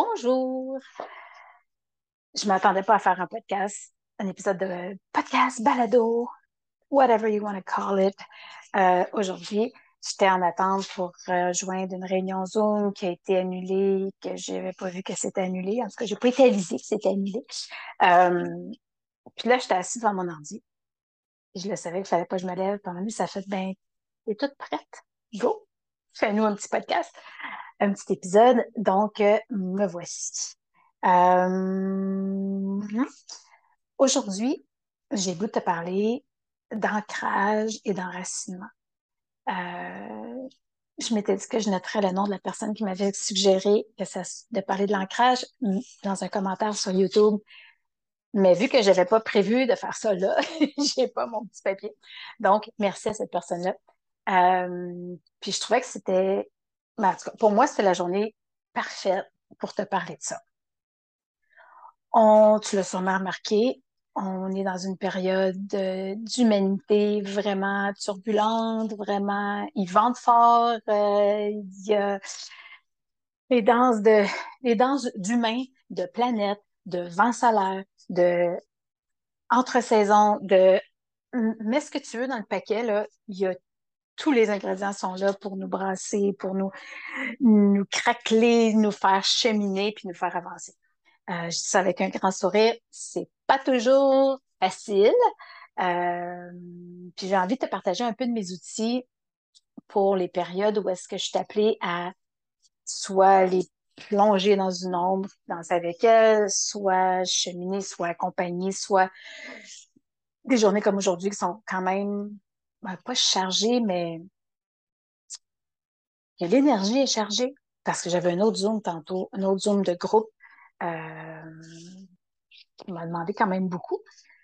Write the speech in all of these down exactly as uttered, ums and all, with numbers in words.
Bonjour! Je m'attendais pas à faire un podcast, un épisode de podcast, balado, whatever you want to call it. Euh, aujourd'hui, j'étais en attente pour rejoindre une réunion Zoom qui a été annulée, que je n'avais pas vu que c'était annulé. En tout cas, j'ai pas été avisée que c'était annulé. Euh, puis là, j'étais assise devant mon ordi. Je le savais qu'il fallait pas que je me lève. Pendant lui, ça fait, ben, t'es toute prête? Go! Fais-nous un petit podcast, un petit épisode. Donc, euh, me voici. Euh, Aujourd'hui, j'ai le goût de te parler d'ancrage et d'enracinement. Euh, je m'étais dit que je noterais le nom de la personne qui m'avait suggéré que ça, de parler de l'ancrage dans un commentaire sur YouTube. Mais vu que je n'avais pas prévu de faire ça là, j'ai pas mon petit papier. Donc, merci à cette personne-là. Euh, puis je trouvais que c'était, ben, en tout cas, pour moi, c'était la journée parfaite pour te parler de ça. On, tu l'as sûrement remarqué, on est dans une période de- d'humanité vraiment turbulente, vraiment, ils vendent fort, euh, il y a les danses de, les danses d'humains, de planètes, de vent solaire, de entre-saisons, de mets ce que tu veux dans le paquet, là, il y a tous les ingrédients sont là pour nous brasser, pour nous, nous craqueler, nous faire cheminer puis nous faire avancer. Euh, je dis ça avec un grand sourire. C'est pas toujours facile. Euh, Puis j'ai envie de te partager un peu de mes outils pour les périodes où est-ce que je suis appelée à soit les plonger dans une ombre, danser avec elle, soit cheminer, soit accompagner, soit des journées comme aujourd'hui qui sont quand même ben, pas chargées, mais que l'énergie est chargée. Parce que j'avais un autre Zoom tantôt, un autre Zoom de groupe euh, qui m'a demandé quand même beaucoup.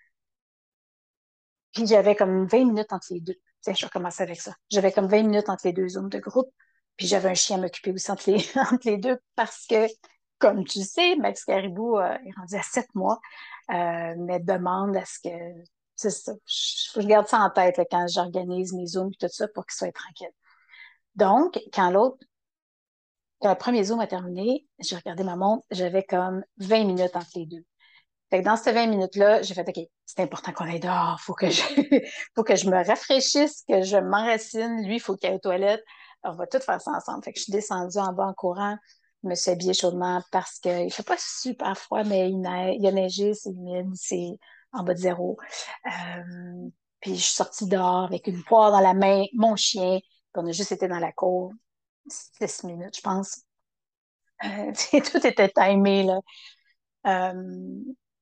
Puis j'avais comme vingt minutes entre les deux. Tiens, je vais commencer avec ça. J'avais comme vingt minutes entre les deux zooms de groupe. Puis j'avais un chien à m'occuper aussi entre les, entre les deux parce que, comme tu sais, Max Caribou euh, est rendu à sept mois, euh, mais demande à ce que, c'est ça, je, je garde ça en tête là, quand j'organise mes zooms et tout ça pour qu'ils soient tranquilles. Donc, quand l'autre, quand le premier zoom a terminé, j'ai regardé ma montre, j'avais comme vingt minutes entre les deux. Fait que dans ces vingt minutes-là, j'ai fait, OK, c'est important qu'on aille dehors. Faut que je, faut que je me rafraîchisse, que je m'enracine. Lui, il faut qu'il aille aux toilettes. Alors, on va tout faire ça ensemble. Fait que je suis descendue en bas en courant. Je me suis habillée chaudement parce qu'il fait pas super froid, mais il, neige, il a neigé, c'est humide, c'est en bas de zéro. Euh, Puis je suis sortie dehors avec une poire dans la main, mon chien. Puis on a juste été dans la cour six minutes, je pense. Euh, tout était timé, là. Euh,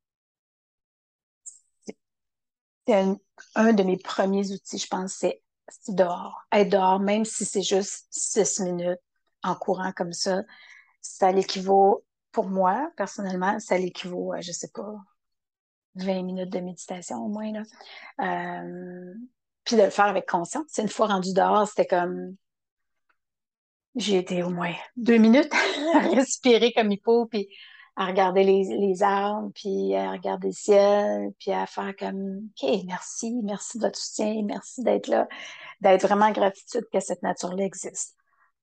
C'est un, un de mes premiers outils, je pense, c'est c'est dehors. Être dehors, même si c'est juste six minutes en courant comme ça, ça l'équivaut, pour moi, personnellement, ça l'équivaut à, je sais pas, vingt minutes de méditation au moins, là. Euh, Puis de le faire avec conscience. C'est une fois rendu dehors, c'était comme, j'ai été au moins deux minutes à respirer comme il faut, puis à regarder les, les arbres, puis à regarder le ciel, puis à faire comme, OK, merci, merci de votre soutien, merci d'être là, d'être vraiment en gratitude que cette nature-là existe.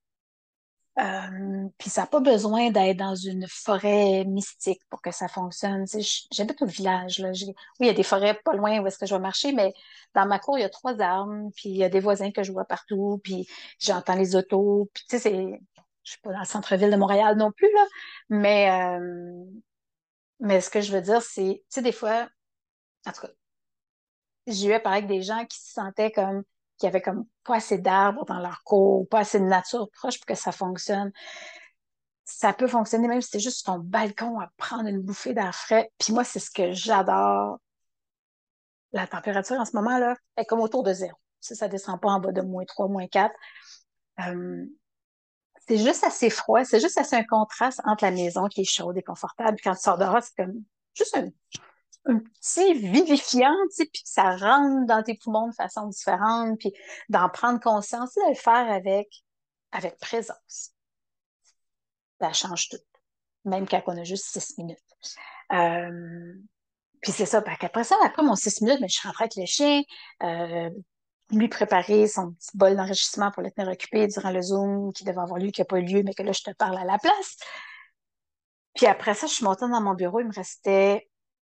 Euh, puis ça n'a pas besoin d'être dans une forêt mystique pour que ça fonctionne. Tu sais, j'habite au village, là. J'ai- Oui, il y a des forêts pas loin où est-ce que je vais marcher, mais dans ma cour, il y a trois arbres, puis il y a des voisins que je vois partout, puis j'entends les autos. Puis tu sais, c'est... Je suis pas dans le centre-ville de Montréal non plus, là. Mais, euh, mais ce que je veux dire, c'est, tu sais, des fois, en tout cas, j'ai eu à parler avec des gens qui se sentaient comme, qui avaient comme pas assez d'arbres dans leur cour, pas assez de nature proche pour que ça fonctionne. Ça peut fonctionner même si c'est juste sur ton balcon à prendre une bouffée d'air frais. Puis moi, c'est ce que j'adore. La température en ce moment, là, est comme autour de zéro. Si ça descend pas en bas de moins trois, moins quatre. Euh, c'est juste assez froid. C'est juste assez un contraste entre la maison qui est chaude et confortable. Puis quand tu sors dehors, c'est comme juste un, un petit vivifiant, tu sais, puis que ça rentre dans tes poumons de façon différente, puis d'en prendre conscience et de le faire avec, avec présence. Ça change tout, même quand on a juste six minutes. Euh, Puis c'est ça. Fait qu'après ça, après mon six minutes, mais je suis rentrée avec le chien, euh, lui préparer son petit bol d'enrichissement pour le tenir occupé durant le Zoom qui devait avoir lieu, qui n'a pas eu lieu, mais que là, je te parle à la place. Puis après ça, je suis montée dans mon bureau, il me restait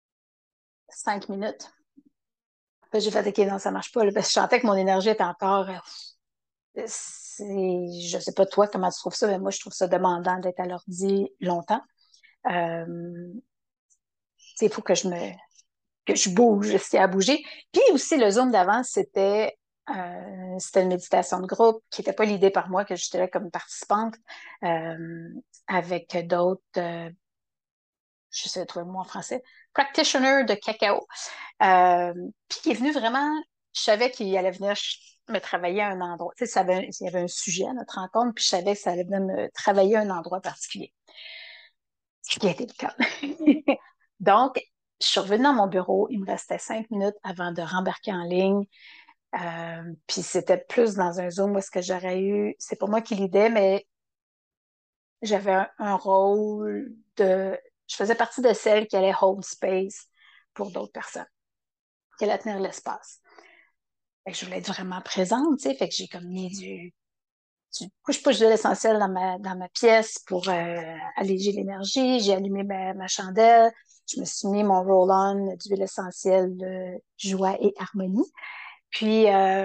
cinq minutes. Puis j'ai fait, OK, non, ça marche pas, là, parce que je sentais que mon énergie était encore... euh, c'est- je sais pas toi comment tu trouves ça, mais moi, je trouve ça demandant d'être à l'ordi longtemps. Euh, il faut que je me que je bouge s'il y a à bouger. Puis aussi, le Zoom d'avant, c'était euh, c'était une méditation de groupe qui n'était pas l'idée par moi, que j'étais là comme participante euh, avec d'autres, euh, je sais trouver le mot en français, practitioners de cacao. Euh, puis qui est venu vraiment, je savais qu'il allait venir me travailler à un endroit. Tu sais, ça avait, il y avait un sujet à notre rencontre, puis je savais que ça allait venir me travailler à un endroit particulier. Ce qui a été le cas. Donc, je suis revenue dans mon bureau. Il me restait cinq minutes avant de rembarquer en ligne. Euh, puis c'était plus dans un Zoom où est-ce que j'aurais eu, c'est pas moi qui l'idée, mais j'avais un, un rôle de, je faisais partie de celle qui allait hold space pour d'autres personnes, qui allait tenir l'espace. Fait que je voulais être vraiment présente, tu sais, fait que j'ai comme mis du, du push-push de l'essentiel dans ma, dans ma pièce pour euh, alléger l'énergie. J'ai allumé ma, ma chandelle. Je me suis mis mon roll-on d'huile essentielle de joie et harmonie. Puis, euh,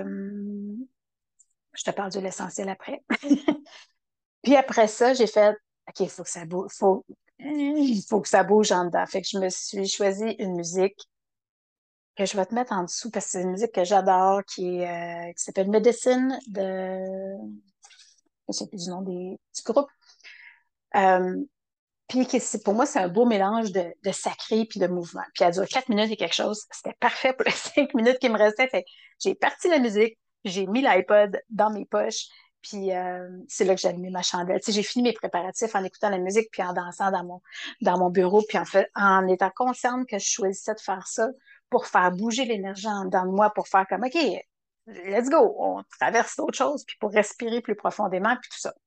je te parle de l'essentiel après. Puis après ça, j'ai fait, OK, il faut que ça bouge, faut, il faut que ça bouge en dedans. Fait que je me suis choisi une musique que je vais te mettre en dessous parce que c'est une musique que j'adore qui est, euh, qui s'appelle Medicine de, je sais plus du nom des, du groupe. Euh, puis que c'est, pour moi, c'est un beau mélange de, de sacré puis de mouvement. Puis elle dure quatre minutes et quelque chose. C'était parfait pour les cinq minutes qui me restaient. Fait que j'ai parti la musique, j'ai mis l'iPod dans mes poches, puis euh, c'est là que j'ai allumé ma chandelle. Tu sais, j'ai fini mes préparatifs en écoutant la musique puis en dansant dans mon, dans mon bureau, puis en fait, en étant consciente que je choisissais de faire ça pour faire bouger l'énergie en dedans de moi, pour faire comme, OK, let's go, on traverse d'autres choses, puis pour respirer plus profondément, puis tout ça.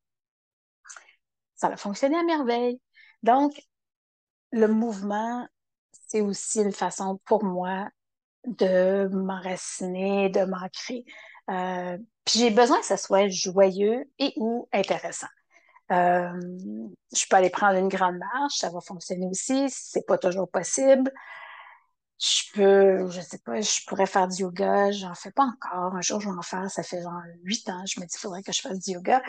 Ça a fonctionné à merveille. Donc, le mouvement, c'est aussi une façon pour moi de m'enraciner, de m'ancrer. Euh, puis j'ai besoin que ça soit joyeux et ou intéressant. Euh, je peux aller prendre une grande marche, ça va fonctionner aussi, c'est pas toujours possible. Je peux, je sais pas, je pourrais faire du yoga, j'en fais pas encore. Un jour, je vais en faire, ça fait genre huit ans, je me dis, il faudrait que je fasse du yoga.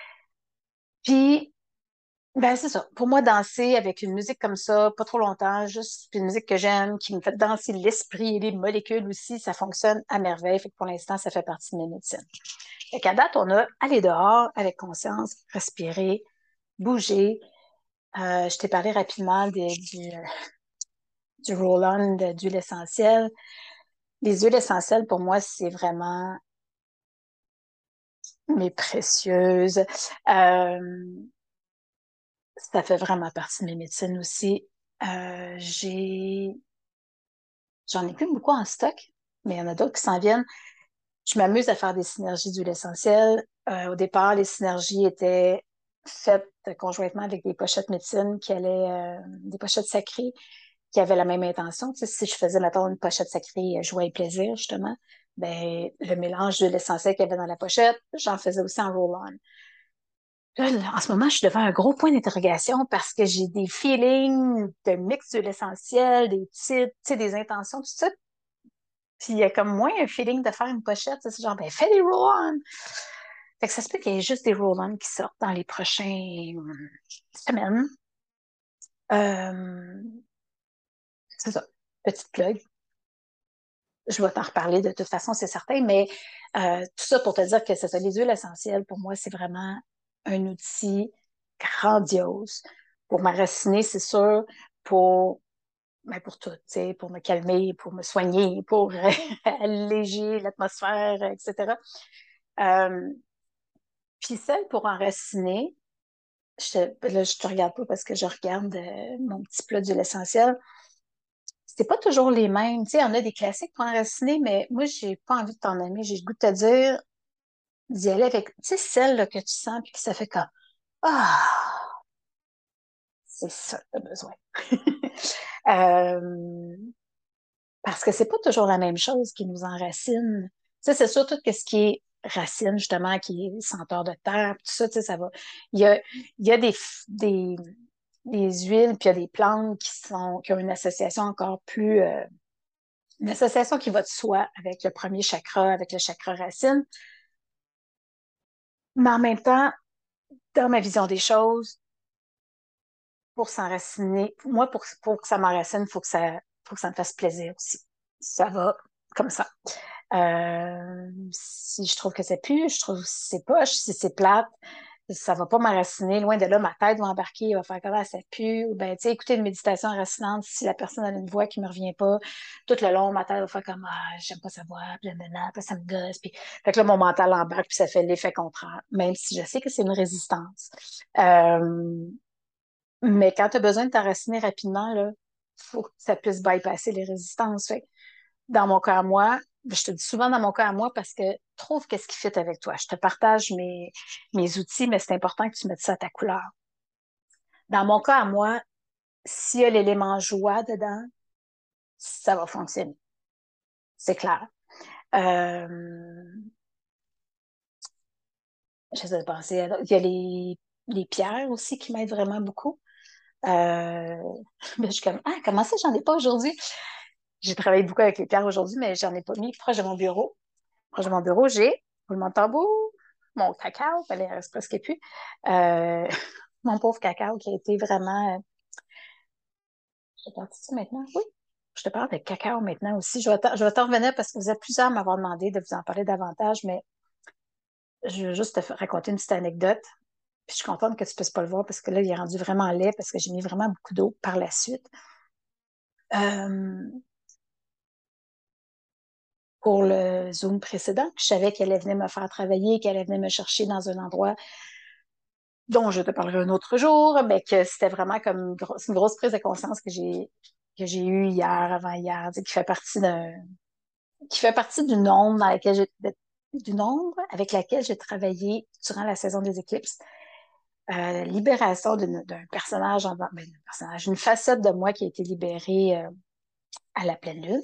Puis, ben, c'est ça. Pour moi, danser avec une musique comme ça, pas trop longtemps, juste une musique que j'aime, qui me fait danser l'esprit et les molécules aussi, ça fonctionne à merveille. Fait que pour l'instant, ça fait partie de mes médecines. Fait qu'à date, on a aller dehors avec conscience, respirer, bouger. Euh, je t'ai parlé rapidement des- du, du roll-on de- d'huile essentielle. Les huiles essentielles, pour moi, c'est vraiment mes précieuses. Euh, ça fait vraiment partie de mes médecines aussi. Euh, j'ai J'en ai plus beaucoup en stock, mais il y en a d'autres qui s'en viennent. Je m'amuse à faire des synergies d'huile essentielle. Euh, au départ, les synergies étaient faites conjointement avec des pochettes médecine qui allaient, euh, des pochettes sacrées qui avaient la même intention. Tu sais, si je faisais, mettons, une pochette sacrée euh, joie et plaisir, justement, ben, le mélange d'huile essentielle qu'il y avait dans la pochette, j'en faisais aussi en roll-on. Là, là, en ce moment, je suis devant un gros point d'interrogation parce que j'ai des feelings de mix d'huile essentielle, des titres, tu sais, des intentions, tout ça. Puis il y a comme moins un feeling de faire une pochette. C'est genre, ben, fais des roll-on. Fait que ça se peut qu'il y ait juste des roll-on qui sortent dans les prochaines semaines. Euh, c'est ça. Petite plug. Je vais t'en reparler de toute façon, c'est certain. Mais euh, tout ça pour te dire que c'est ça. Les huiles essentielles, pour moi, c'est vraiment un outil grandiose pour m'enraciner, c'est sûr, pour ben pour tout, tu sais, pour me calmer, pour me soigner, pour alléger l'atmosphère, et cetera. Euh, Puis celle pour enraciner, je te, là, je te regarde pas parce que je regarde euh, mon petit plat d'huile essentielle. C'est pas toujours les mêmes. Tu sais, on a des classiques pour enraciner, mais moi, j'ai pas envie de t'en aimer. J'ai le goût de te dire d'y aller avec, tu sais, celle là, que tu sens puis que ça fait comme, ah, c'est ça que tu as besoin. Euh, Parce que c'est pas toujours la même chose qui nous enracine. Tu sais, c'est sûr tout ce qui est racine, justement, qui est senteur de terre, tout ça, tu sais, ça va. Il y a, il y a des, des, des huiles, puis il y a des plantes qui sont, qui ont une association encore plus, euh, une association qui va de soi avec le premier chakra, avec le chakra racine. Mais en même temps, dans ma vision des choses, pour s'enraciner, moi, pour, pour que ça m'enracine, il faut que ça, faut que ça me fasse plaisir aussi. Ça va comme ça. Euh, si je trouve que ça pue, je trouve que c'est poche, si c'est plate, ça va pas m'enraciner. Loin de là, ma tête va embarquer, elle va faire comme ah, ça pue. Ou ben, tu sais, écouter une méditation enracinante, si la personne a une voix qui me revient pas, tout le long, ma tête va faire comme ah, j'aime pas sa voix, puis, blablabla, puis ça me gosse. Puis, fait que là, mon mental embarque, puis ça fait l'effet contraire, même si je sais que c'est une résistance. Euh, mais quand tu as besoin de t'enraciner rapidement, là, faut que ça puisse bypasser les résistances. Fait que dans mon cas à moi, je te dis souvent dans mon cas à moi parce que trouve qu'est-ce qui fit avec toi. Je te partage mes, mes outils, mais c'est important que tu mettes ça à ta couleur. Dans mon cas à moi, s'il y a l'élément joie dedans, ça va fonctionner. C'est clair. Euh, J'essaie de penser. à- Il y a les, les pierres aussi qui m'aident vraiment beaucoup. Euh, je suis comme, ah, comment ça, j'en ai pas aujourd'hui? J'ai travaillé beaucoup avec les pierres aujourd'hui, mais j'en ai pas mis proche de mon bureau. Proche de mon bureau, j'ai roulement de tambour, mon cacao, ben, il ne reste presque plus. Euh, mon pauvre cacao qui a été vraiment. euh, Je te parle de ça maintenant? Oui. Je te parle de cacao maintenant aussi. Je vais t'en je vais t'en revenir parce que vous êtes plusieurs à m'avoir demandé de vous en parler davantage, mais je veux juste te fa- raconter une petite anecdote. Puis je suis contente que tu ne puisses pas le voir parce que là, il est rendu vraiment laid parce que j'ai mis vraiment beaucoup d'eau par la suite. Euh, pour le Zoom précédent, je savais qu'elle allait venir me faire travailler, qu'elle allait venir me chercher dans un endroit dont je te parlerai un autre jour, mais que c'était vraiment comme une grosse, une grosse prise de conscience que j'ai que j'ai eue hier, avant-hier, qui fait partie d'un qui fait partie du nombre dans laquelle j'ai du nombre avec laquelle j'ai travaillé durant la saison des éclipses. Euh, libération d'un personnage, en, ben, un personnage, une facette de moi qui a été libérée euh, à la pleine lune.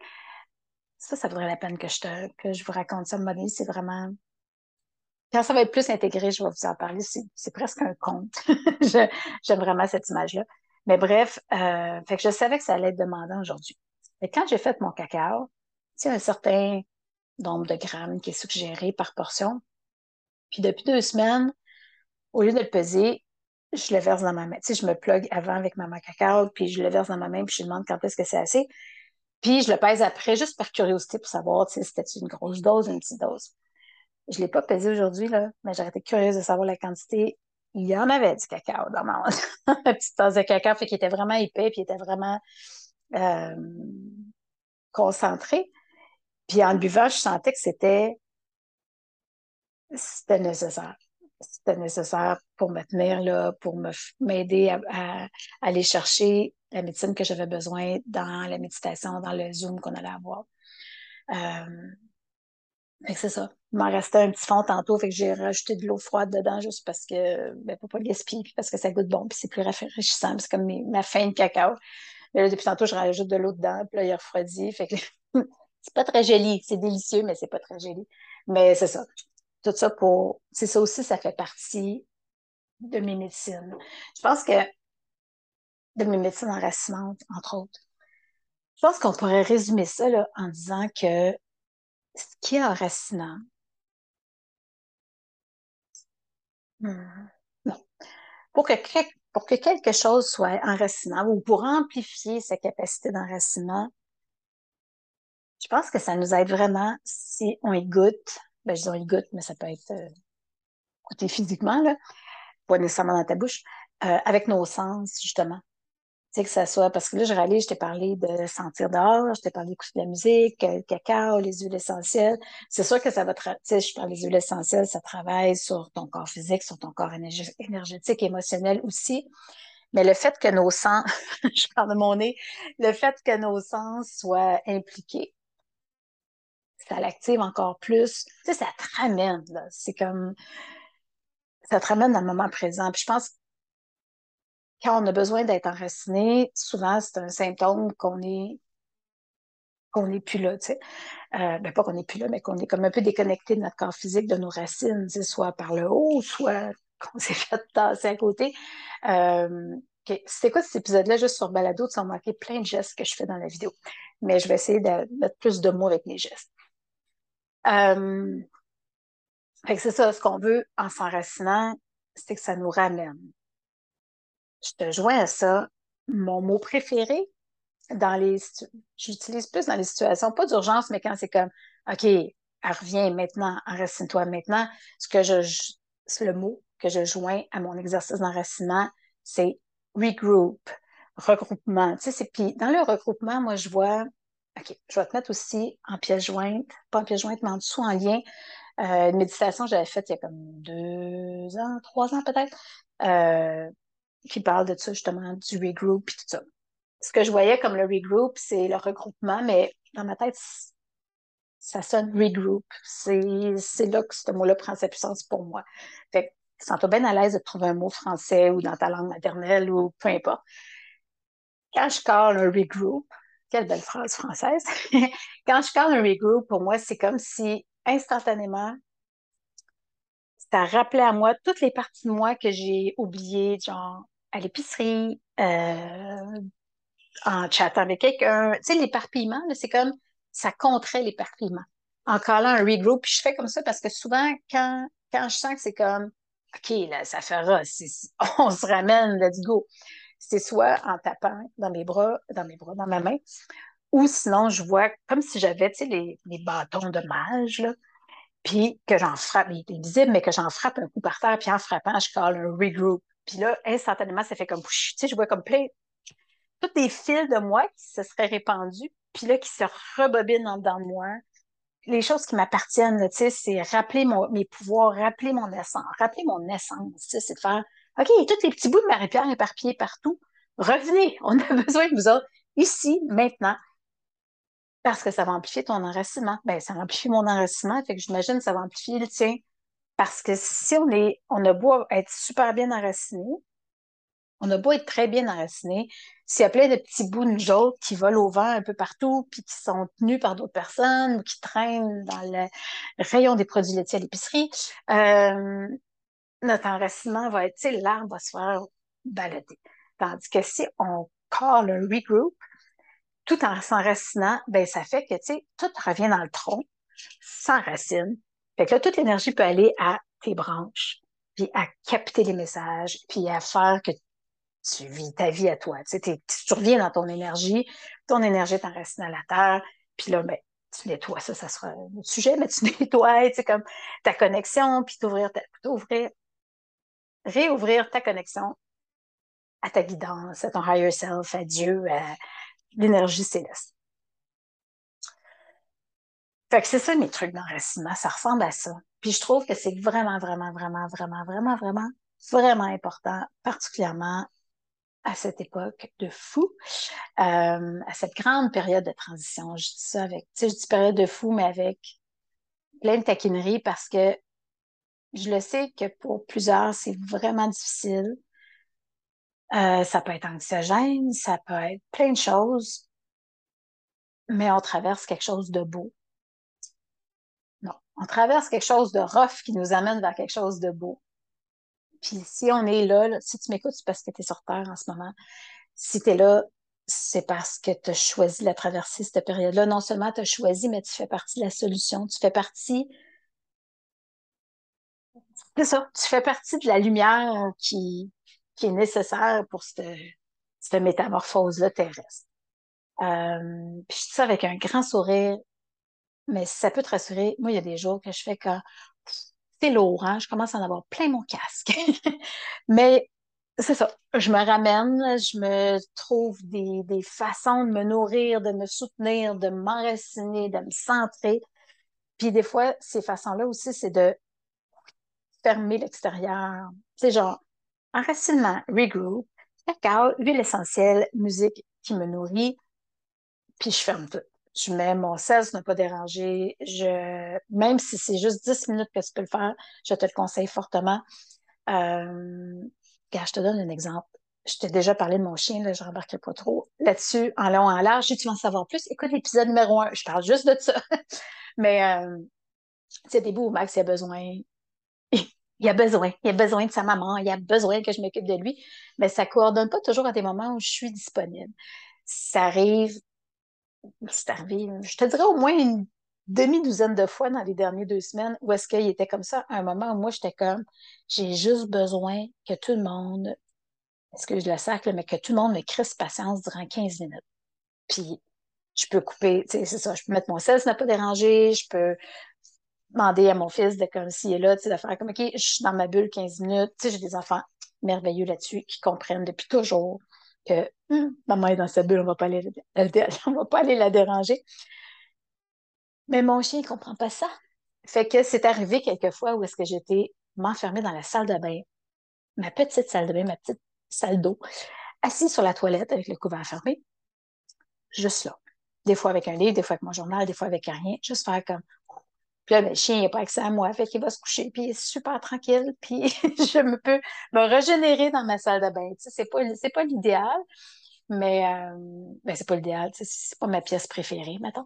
Ça, ça vaudrait la peine que je te, que je vous raconte ça. À c'est vraiment. Quand ça va être plus intégré, je vais vous en parler. C'est c'est presque un conte. Je- J'aime vraiment cette image-là. Mais bref, euh, fait que je savais que ça allait être demandant aujourd'hui. Et quand j'ai fait mon cacao, c'est un certain nombre de grammes qui est suggéré par portion. Puis depuis deux semaines, au lieu de le peser, je le verse dans ma main. Tu sais, je me plug avant avec ma main cacao, puis je le verse dans ma main, puis je lui demande quand est-ce que c'est assez. Puis je le pèse après, juste par curiosité pour savoir, tu sais, c'était une grosse dose ou une petite dose. Je ne l'ai pas pesé aujourd'hui, là, mais j'aurais été curieuse de savoir la quantité. Il y en avait du cacao dans ma petite tasse de cacao, fait qu'il était vraiment épais, puis il était vraiment euh, concentré. Puis en le buvant, je sentais que c'était c'était nécessaire. C'était nécessaire pour me tenir là, pour me m'aider à, à, à aller chercher la médecine que j'avais besoin dans la méditation, dans le Zoom qu'on allait avoir. Euh, Fait que c'est ça. Il m'en restait un petit fond tantôt, fait que j'ai rajouté de l'eau froide dedans juste parce que, ben, pour pas le gaspiller, puis parce que ça goûte bon, puis c'est plus rafraîchissant, puis c'est comme mes- ma fin de cacao. Mais là, depuis tantôt, je rajoute de l'eau dedans, puis là, il refroidit, fait que c'est pas très joli. C'est délicieux, mais c'est pas très joli. Mais c'est ça. Tout ça pour, c'est ça aussi, ça fait partie de mes médecines. Je pense que, de mes médecines enracinantes, entre autres. Je pense qu'on pourrait résumer ça, là, en disant que ce qui est enracinant, hmm, non. Pour que, pour que quelque chose soit enracinant ou pour amplifier sa capacité d'enracinement, je pense que ça nous aide vraiment si on y goûte. Ben, je dis on y goûte, mais ça peut être euh, goûté physiquement, là, pas nécessairement dans ta bouche, euh, avec nos sens, justement. Tu sais, que ça soit, parce que là, je réalise, je t'ai parlé de sentir dehors, je t'ai parlé d'écouter de la musique, euh, le cacao, les huiles essentielles. C'est sûr que ça va, tra- tu sais, je parle des huiles essentielles, ça travaille sur ton corps physique, sur ton corps énerg- énergétique, émotionnel aussi. Mais le fait que nos sens, je parle de mon nez, le fait que nos sens soient impliqués, ça l'active encore plus. Tu sais, ça te ramène, là. C'est comme, ça te ramène dans le moment présent. Puis je pense que quand on a besoin d'être enraciné, souvent, c'est un symptôme qu'on est, qu'on n'est plus là, tu sais. Euh, ben, pas qu'on n'est plus là, mais qu'on est comme un peu déconnecté de notre corps physique, de nos racines, tu sais, soit par le haut, soit qu'on s'est fait tasser à côté. Euh, OK. Si t'écoutes cet épisode-là juste sur Balado, tu vas manquer plein de gestes que je fais dans la vidéo. Mais je vais essayer de mettre plus de mots avec mes gestes. Euh, fait que c'est ça, ce qu'on veut en s'enracinant, c'est que ça nous ramène. Je te joins à ça. Mon mot préféré dans les, j'utilise plus dans les situations, pas d'urgence, mais quand c'est comme, OK, elle revient maintenant, enracine-toi maintenant. Ce que je, c'est le mot que je joins à mon exercice d'enracinement, c'est regroup, regroupement. Tu sais, c'est, puis dans le regroupement, moi, je vois, OK, je vais te mettre aussi en pièce jointe, pas en pièce jointe, mais en dessous, en lien, euh, une méditation que j'avais faite il y a comme deux ans, trois ans peut-être, euh, qui parle de ça, justement, du regroup et tout ça. Ce que je voyais comme le regroup, c'est le regroupement, mais dans ma tête, ça sonne regroup. C'est, c'est là que ce mot-là prend sa puissance pour moi. Fait que, sens-toi bien à l'aise de trouver un mot français ou dans ta langue maternelle ou peu importe. Quand je parle un regroup, quelle belle phrase française. Quand je parle un regroup, pour moi, c'est comme si instantanément, ça rappelait à moi toutes les parties de moi que j'ai oubliées, genre à l'épicerie, euh, en chattant avec quelqu'un. Tu sais, l'éparpillement, là, c'est comme ça contrait l'éparpillement. En collant un regroup, puis je fais comme ça parce que souvent, quand, quand je sens que c'est comme OK, là, ça fera, c'est- on se ramène, let's go. C'est soit en tapant dans mes bras, dans mes bras, dans ma main, ou sinon, je vois comme si j'avais, tu sais, les, les bâtons de mage, là, puis que j'en frappe, il est invisible, mais que j'en frappe un coup par terre, puis en frappant, je colle un regroup. Puis là, instantanément, ça fait comme, tu sais, je vois comme plein, tous des fils de moi qui se seraient répandus, puis là, qui se rebobinent en dedans de moi. Les choses qui m'appartiennent, tu sais, c'est rappeler mon, mes pouvoirs, rappeler mon essence, rappeler mon essence, tu sais, c'est de faire, OK, tous les petits bouts de Marie-Pierre éparpillés partout, revenez, on a besoin de vous autres, ici, maintenant, parce que ça va amplifier ton enracinement. Ben, ça amplifie mon enracinement, fait que j'imagine que ça va amplifier le tien. Parce que si on est, on a beau être super bien enraciné, on a beau être très bien enraciné, s'il y a plein de petits bouts de nous autres qui volent au vent un peu partout, puis qui sont tenus par d'autres personnes ou qui traînent dans le rayon des produits laitiers à l'épicerie, euh, notre enracinement va être, tu sais, l'arbre va se faire balader. Tandis que si on colle un regroup, tout en s'enracinant, ben ça fait que, tu sais, tout revient dans le tronc, sans racine. Fait que là, toute l'énergie peut aller à tes branches, puis à capter les messages, puis à faire que tu vis ta vie à toi. Tu sais, tu reviens dans ton énergie, ton énergie est enracinée à la terre, puis là, ben, tu nettoies ça, ça sera un autre sujet, mais tu nettoies, tu sais, comme ta connexion, puis t'ouvrir, ta, t'ouvrir, réouvrir ta connexion à ta guidance, à ton higher self, à Dieu, à l'énergie céleste. Fait que c'est ça mes trucs d'enracinement, ça ressemble à ça. Puis je trouve que c'est vraiment, vraiment, vraiment, vraiment, vraiment, vraiment, vraiment important, particulièrement à cette époque de fou, euh, à cette grande période de transition. Je dis ça avec, tu sais, je dis période de fou, mais avec plein de taquinerie parce que je le sais que pour plusieurs, c'est vraiment difficile. Euh, ça peut être anxiogène, ça peut être plein de choses, mais on traverse quelque chose de beau. Non, on traverse quelque chose de rough qui nous amène vers quelque chose de beau. Puis si on est là, là si tu m'écoutes, c'est parce que tu es sur Terre en ce moment. Si tu es là, c'est parce que tu as choisi la traverser cette période-là. Non seulement tu as choisi, mais tu fais partie de la solution. Tu fais partie, c'est ça, tu fais partie de la lumière qui, qui est nécessaire pour cette, cette métamorphose-là terrestre. Euh, puis je dis ça avec un grand sourire, mais si ça peut te rassurer, moi, il y a des jours que je fais quand c'est lourd, hein, je commence à en avoir plein mon casque. Mais c'est ça, je me ramène, je me trouve des, des façons de me nourrir, de me soutenir, de m'enraciner, de me centrer. Puis des fois, ces façons-là aussi, c'est de fermer l'extérieur. C'est genre enracinement, regroup, cacao, huile essentielle, musique qui me nourrit, puis je ferme tout. Je mets mon sel ne pas déranger. Je, même si c'est juste dix minutes que tu peux le faire, je te le conseille fortement. Euh, Regarde, je te donne un exemple. Je t'ai déjà parlé de mon chien, là, je ne rembarquerai pas trop là-dessus, en long, en large. Si tu veux en savoir plus, écoute l'épisode numéro un. Je parle juste de ça. Mais euh, tu sais, des bouts où Max a besoin. il a besoin, il a besoin de sa maman, il a besoin que je m'occupe de lui, mais ça coordonne pas toujours à des moments où je suis disponible. Ça arrive, c'est arrivé, je te dirais au moins une demi-douzaine de fois dans les dernières deux semaines où est-ce qu'il était comme ça, à un moment où moi, j'étais comme, j'ai juste besoin que tout le monde, excuse le sac, là, mais que tout le monde me crisse patience durant quinze minutes. Puis, je peux couper, tu sais, c'est ça, je peux mettre mon sel, ça n'a pas dérangé, je peux demander à mon fils de comme s'il est là, tu sais, de faire comme, OK, je suis dans ma bulle quinze minutes. Tu sais, j'ai des enfants merveilleux là-dessus qui comprennent depuis toujours que hum, maman est dans sa bulle, on va pas aller, on va pas aller la déranger. Mais mon chien, il comprend pas ça. Fait que c'est arrivé quelquefois où est-ce que j'étais m'enfermer dans la salle de bain, ma petite salle de bain, ma petite salle d'eau, assise sur la toilette avec le couvert fermé, juste là. Des fois avec un livre, des fois avec mon journal, des fois avec rien, juste faire comme. Puis là, ben, le chien, il n'a pas accès à moi, fait qu'il va se coucher, puis il est super tranquille, puis je me peux me régénérer dans ma salle de bain. Tu sais, c'est pas, c'est pas l'idéal, mais euh, ben, c'est pas l'idéal, tu sais, c'est pas ma pièce préférée, mettons.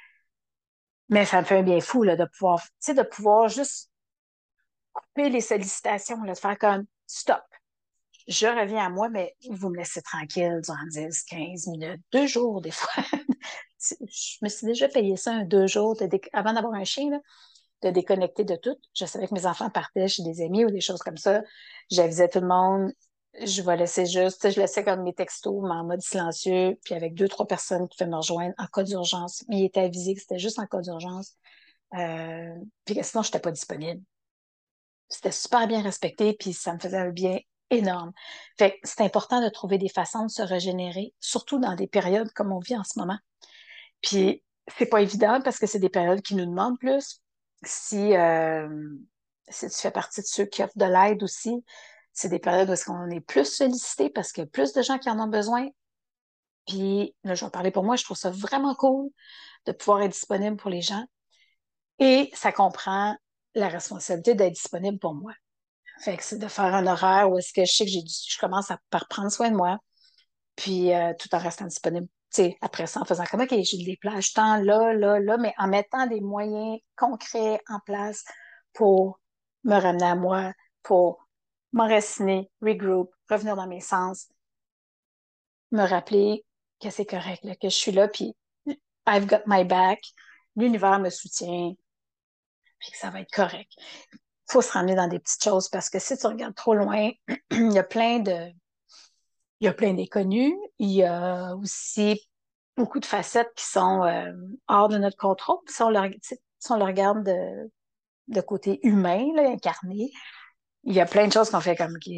Mais ça me fait un bien fou, là, de pouvoir, tu sais, de pouvoir juste couper les sollicitations, là, de faire comme stop. Je reviens à moi, mais vous me laissez tranquille durant dix, quinze minutes, deux jours, des fois. Je me suis déjà payé ça un deux jours de dé- avant d'avoir un chien, là, de déconnecter de tout. Je savais que mes enfants partaient chez des amis ou des choses comme ça. J'avisais tout le monde. Je vais laisser juste, tu sais, je laissais comme mes textos, mais en mode silencieux, puis avec deux, trois personnes qui pouvaient me rejoindre en cas d'urgence. Mais il était avisé que c'était juste en cas d'urgence. Euh, puis que sinon, je n'étais pas disponible. C'était super bien respecté, puis ça me faisait un bien énorme. Fait que c'est important de trouver des façons de se régénérer, surtout dans des périodes comme on vit en ce moment. Puis c'est pas évident parce que c'est des périodes qui nous demandent plus. Si, euh, si tu fais partie de ceux qui offrent de l'aide aussi, c'est des périodes où est-ce qu'on est plus sollicité parce qu'il y a plus de gens qui en ont besoin. Puis là, je vais parler pour moi, je trouve ça vraiment cool de pouvoir être disponible pour les gens. Et ça comprend la responsabilité d'être disponible pour moi. Fait que c'est de faire un horaire où est-ce que je sais que j'ai du- je commence à, par prendre soin de moi, puis euh, tout en restant disponible. Tu sais, après ça, en faisant comme, OK, j'ai des plages temps là, là, là, mais en mettant des moyens concrets en place pour me ramener à moi, pour m'enraciner, regroup, revenir dans mes sens, me rappeler que c'est correct, là, que je suis là, puis I've got my back, l'univers me soutient, puis que ça va être correct. Il faut se ramener dans des petites choses parce que si tu regardes trop loin, il y a plein de, il y a plein d'inconnus. Il y a aussi beaucoup de facettes qui sont euh, hors de notre contrôle. Si on le, si on le regarde de, de côté humain, là, incarné, il y a plein de choses qu'on fait comme, OK,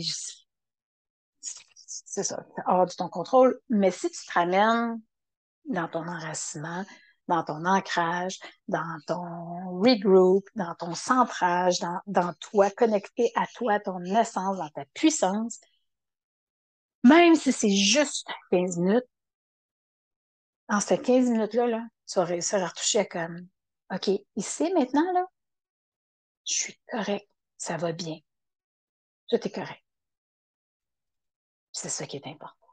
c'est ça, c'est hors de ton contrôle. Mais si tu te ramènes dans ton enracinement, dans ton ancrage, dans ton regroup, dans ton centrage, dans, dans toi, connecté à toi, ton essence, dans ta puissance, même si c'est juste quinze minutes, dans ces quinze minutes-là, là, tu vas réussir à retoucher à comme, OK, ici, maintenant, là, je suis correct, ça va bien, tout est correct. C'est ça qui est important.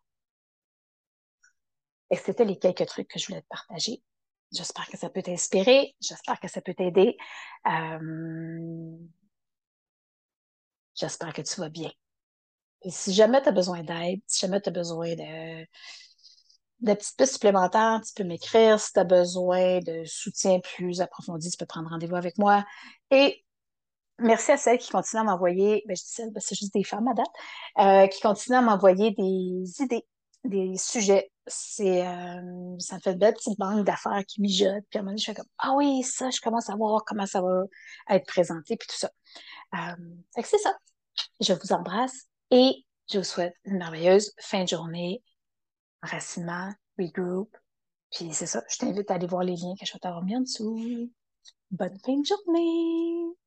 Et c'était les quelques trucs que je voulais te partager. J'espère que ça peut t'inspirer, j'espère que ça peut t'aider. Euh, j'espère que tu vas bien. Et si jamais tu as besoin d'aide, si jamais tu as besoin de, de petites pistes supplémentaires, tu peux m'écrire. Si tu as besoin de soutien plus approfondi, tu peux prendre rendez-vous avec moi. Et merci à celles qui continuent à m'envoyer, ben, je dis celles, ben, c'est juste des femmes à date, euh, qui continuent à m'envoyer des idées, des sujets. C'est, euh, ça me fait une belle petite banque d'affaires qui mijote. Puis à un moment donné, je fais comme, ah oui, ça, je commence à voir comment ça va être présenté, puis tout ça. Euh, fait que c'est ça. Je vous embrasse et je vous souhaite une merveilleuse fin de journée, enracinement, regroup. Puis c'est ça, je t'invite à aller voir les liens que je vais t'avoir mis en dessous. Bonne fin de journée!